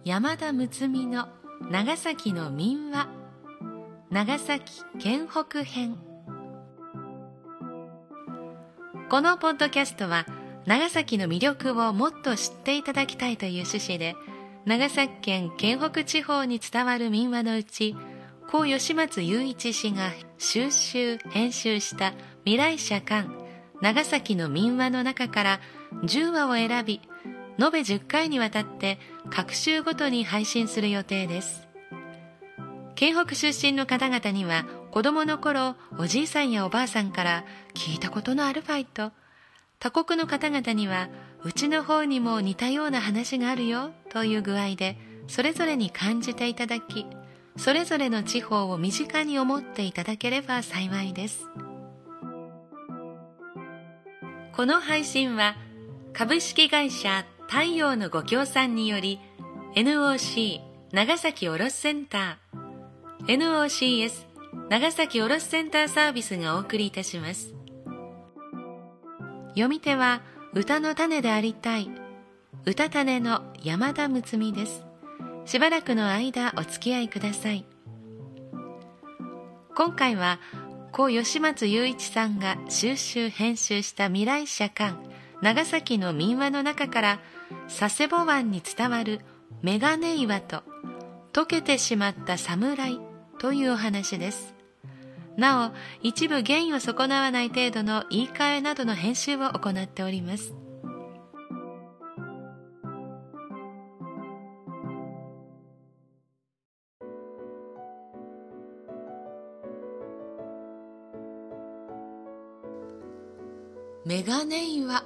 山田睦美の長崎の民話、長崎県北編。このポッドキャストは長崎の魅力をもっと知っていただきたいという趣旨で、長崎県県北地方に伝わる民話のうち、故吉松雄一氏が収集編集した未来社刊長崎の民話の中から10話を選び、延べ10回にわたって各週ごとに配信する予定です。県北出身の方々には、子供の頃おじいさんやおばあさんから聞いたことのあるファイト、他国の方々にはうちの方にも似たような話があるよという具合で、それぞれに感じていただき、それぞれの地方を身近に思っていただければ幸いです。この配信は株式会社太陽のご協賛により NOC 長崎卸センター NOCS 長崎卸センターサービスがお送りいたします。読み手は歌の種でありたい歌種の山田睦美です。しばらくの間お付き合いください。今回は故吉松雄一さんが収集編集した未来社刊長崎の民話の中から佐世保湾に伝わるメガネ岩と溶けてしまった侍というお話です。なお、一部原意を損なわない程度の言い換えなどの編集を行っております。メガネ岩。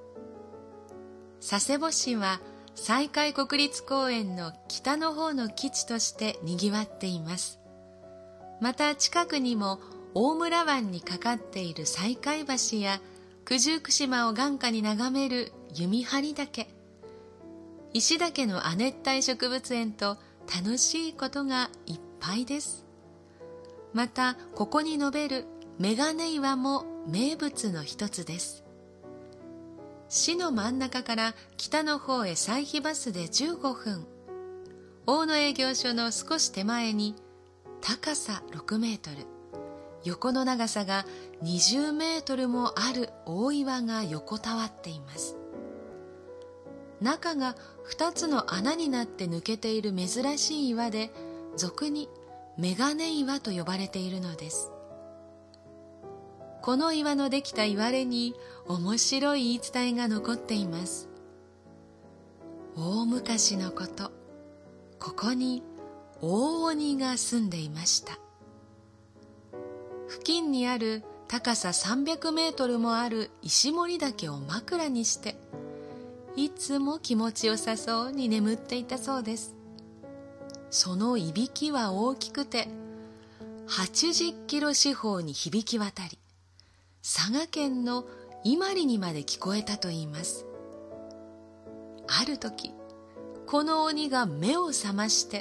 佐世保市は西海国立公園の北の方の基地としてにぎわっています。また近くにも大村湾にかかっている西海橋や九十九島を眼下に眺める弓張岳、石岳の亜熱帯植物園と楽しいことがいっぱいです。またここに伸びるメガネ岩も名物の一つです。市の真ん中から北の方へ西肥バスで15分、大野営業所の少し手前に高さ6メートル、横の長さが20メートルもある大岩が横たわっています。中が2つの穴になって抜けている珍しい岩で、俗にメガネ岩と呼ばれているのです。この岩のできたいわれに面白い言い伝えが残っています。大昔のこと、ここに大鬼が住んでいました。付近にある高さ300メートルもある石森岳を枕にして、いつも気持ちよさそうに眠っていたそうです。そのいびきは大きくて80キロ四方に響き渡り、佐賀県の伊万里にまで聞こえたといいます。ある時、この鬼が目を覚まして、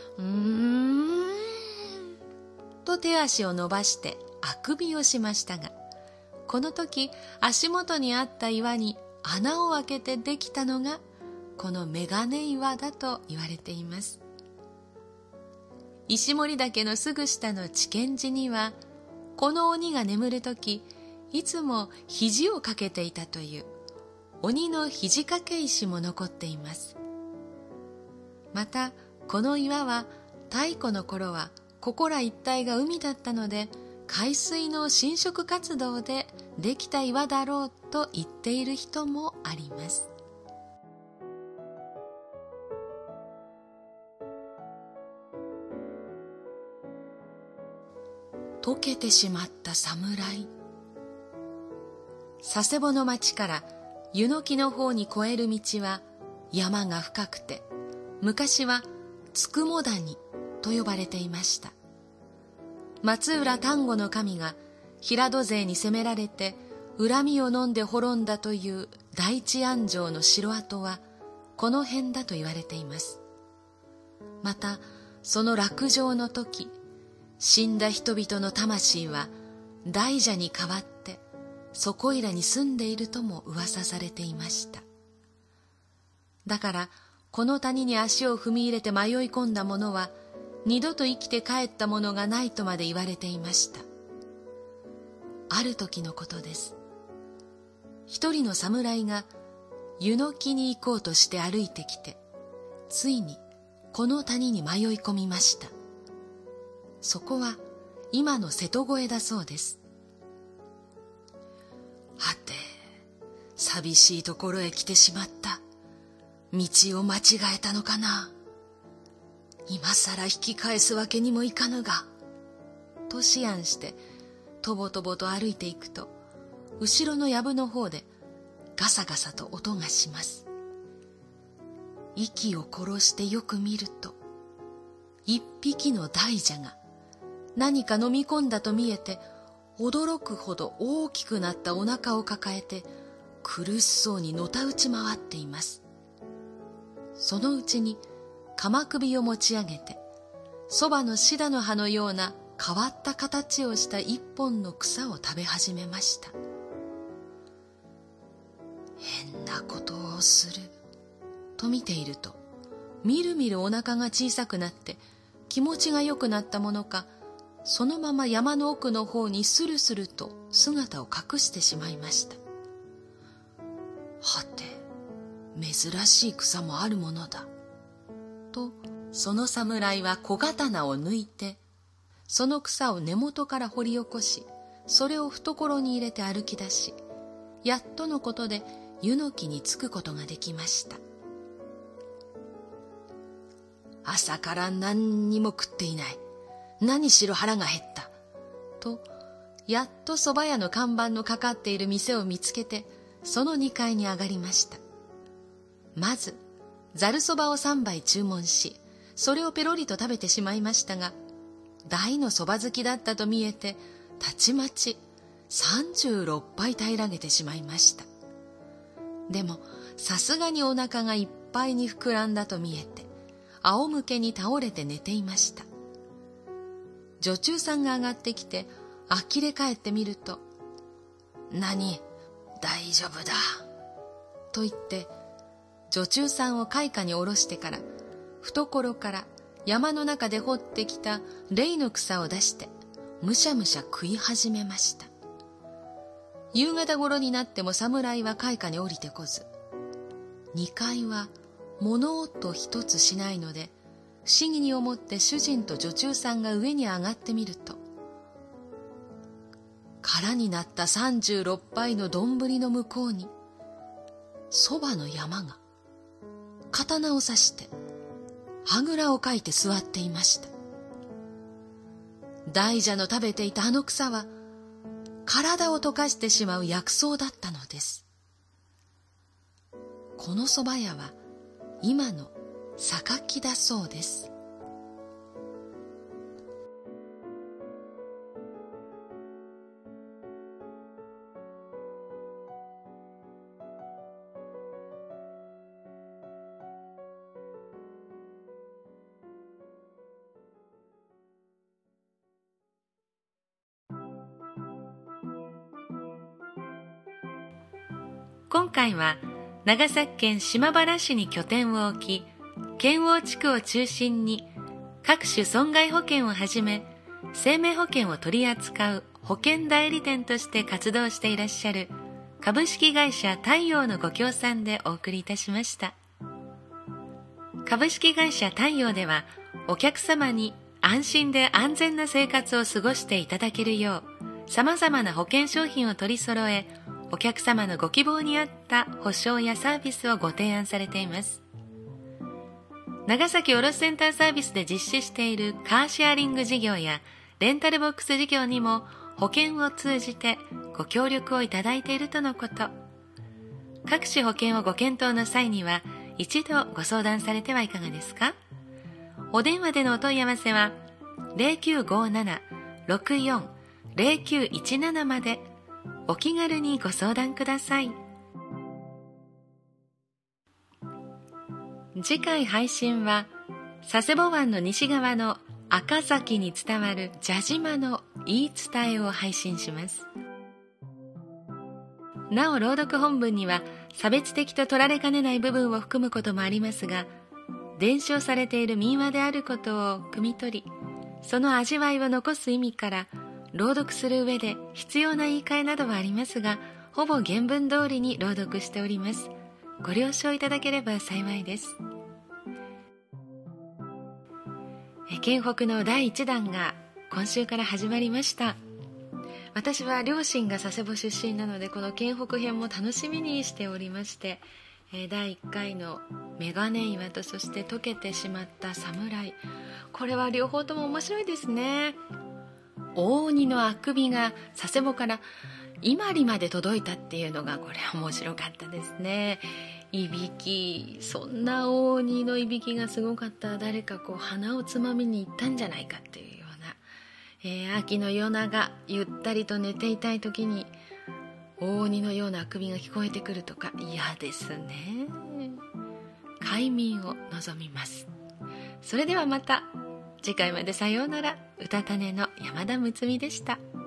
と手足を伸ばしてあくびをしましたが、この時足元にあった岩に穴を開けてできたのがこのメガネ岩だと言われています。石森岳のすぐ下の知見寺には、この鬼が眠る時いつも肘をかけていたという鬼の肘掛け石も残っています。またこの岩は太古の頃はここら一帯が海だったので、海水の浸食活動でできた岩だろうと言っている人もあります。溶けてしまった侍。佐世保の町から湯の木の方に越える道は山が深くて、昔はつくも谷と呼ばれていました。松浦丹後の神が平戸勢に攻められて恨みを飲んで滅んだという第一安城の城跡はこの辺だと言われています。またその落城の時、死んだ人々の魂は大蛇に変わってそこいらに住んでいるとも噂されていました。だからこの谷に足を踏み入れて迷い込んだ者は二度と生きて帰ったものがないとまで言われていました。ある時のことです。一人の侍が湯の木に行こうとして歩いてきて、ついにこの谷に迷い込みました。そこは今の瀬戸越えだそうです。はて、寂しいところへ来てしまった。道を間違えたのかな。今さら引き返すわけにもいかぬが、と思案してとぼとぼと歩いていくと、後ろの藪の方でガサガサと音がします。息を殺してよく見ると、一匹の大蛇が何か飲み込んだと見えて、驚くほど大きくなったお腹を抱えて苦しそうにのたうち回っています。そのうちに鎌首を持ち上げて、そばのシダの葉のような変わった形をした一本の草を食べ始めました。変なことをすると見ていると、みるみるお腹が小さくなって気持ちが良くなったものか、そのまま山の奥の方にスルスルと姿を隠してしまいました。はて、珍しい草もあるものだと、その侍は小刀を抜いて、その草を根元から掘り起こし、それを懐に入れて歩き出し、やっとのことで湯の木に着くことができました。朝から何にも食っていない。何しろ腹が減った。と、やっと蕎麦屋の看板のかかっている店を見つけて、その2階に上がりました。まず、ざるそばを3杯注文し、それをペロリと食べてしまいましたが、大のそば好きだったと見えて、たちまち36杯平らげてしまいました。でも、さすがにお腹がいっぱいに膨らんだと見えて、仰向けに倒れて寝ていました。女中さんが上がってきて、呆れ返ってみると、何、大丈夫だ。と言って、女中さんを階下に下ろしてから、懐から山の中で掘ってきたレイの草を出して、むしゃむしゃ食い始めました。夕方頃になっても侍は階下に降りてこず、2階は物音一つしないので、不思議に思って主人と女中さんが上に上がってみると、空になった36杯の丼の向こうに、そばの山が刀を刺してあぐらをかいて座っていました。大蛇の食べていたあの草は体を溶かしてしまう薬草だったのです。このそば屋は今の榊だそうです。今回は長崎県島原市に拠点を置き、県央地区を中心に各種損害保険をはじめ生命保険を取り扱う保険代理店として活動していらっしゃる株式会社太陽のご協賛でお送りいたしました。株式会社太陽では、お客様に安心で安全な生活を過ごしていただけるよう、様々な保険商品を取り揃え、お客様のご希望に合った保証やサービスをご提案されています。長崎卸センターサービスで実施しているカーシェアリング事業やレンタルボックス事業にも保険を通じてご協力をいただいているとのこと。各種保険をご検討の際には一度ご相談されてはいかがですか？お電話でのお問い合わせは 0957-64-0917 までお気軽にご相談ください。次回配信は佐世保湾の西側の赤崎に伝わる蛇島の言い伝えを配信します。なお朗読本文には差別的と取られかねない部分を含むこともありますが、 伝承されている民話であることを汲み取り、その味わいを残す意味から朗読する上で必要な言い換えなどはありますが、ほぼ原文通りに朗読しております。ご了承いただければ幸いです。県北の第1弾が今週から始まりました。私は両親が佐世保出身なので、この県北編も楽しみにしておりまして、第1回のメガネ岩と、そして溶けてしまった侍、これは両方とも面白いですね。大鬼のあくびが佐世保から伊万里まで届いたっていうのが、これ面白かったですね。いびき、そんな大鬼のいびきがすごかったら、誰か鼻をつまみに行ったんじゃないかっていうような、秋の夜長ゆったりと寝ていたい時に大鬼のようなあくびが聞こえてくるとか嫌ですね。快眠を望みます。それではまた次回まで、さようなら。うたたねの山田睦美でした。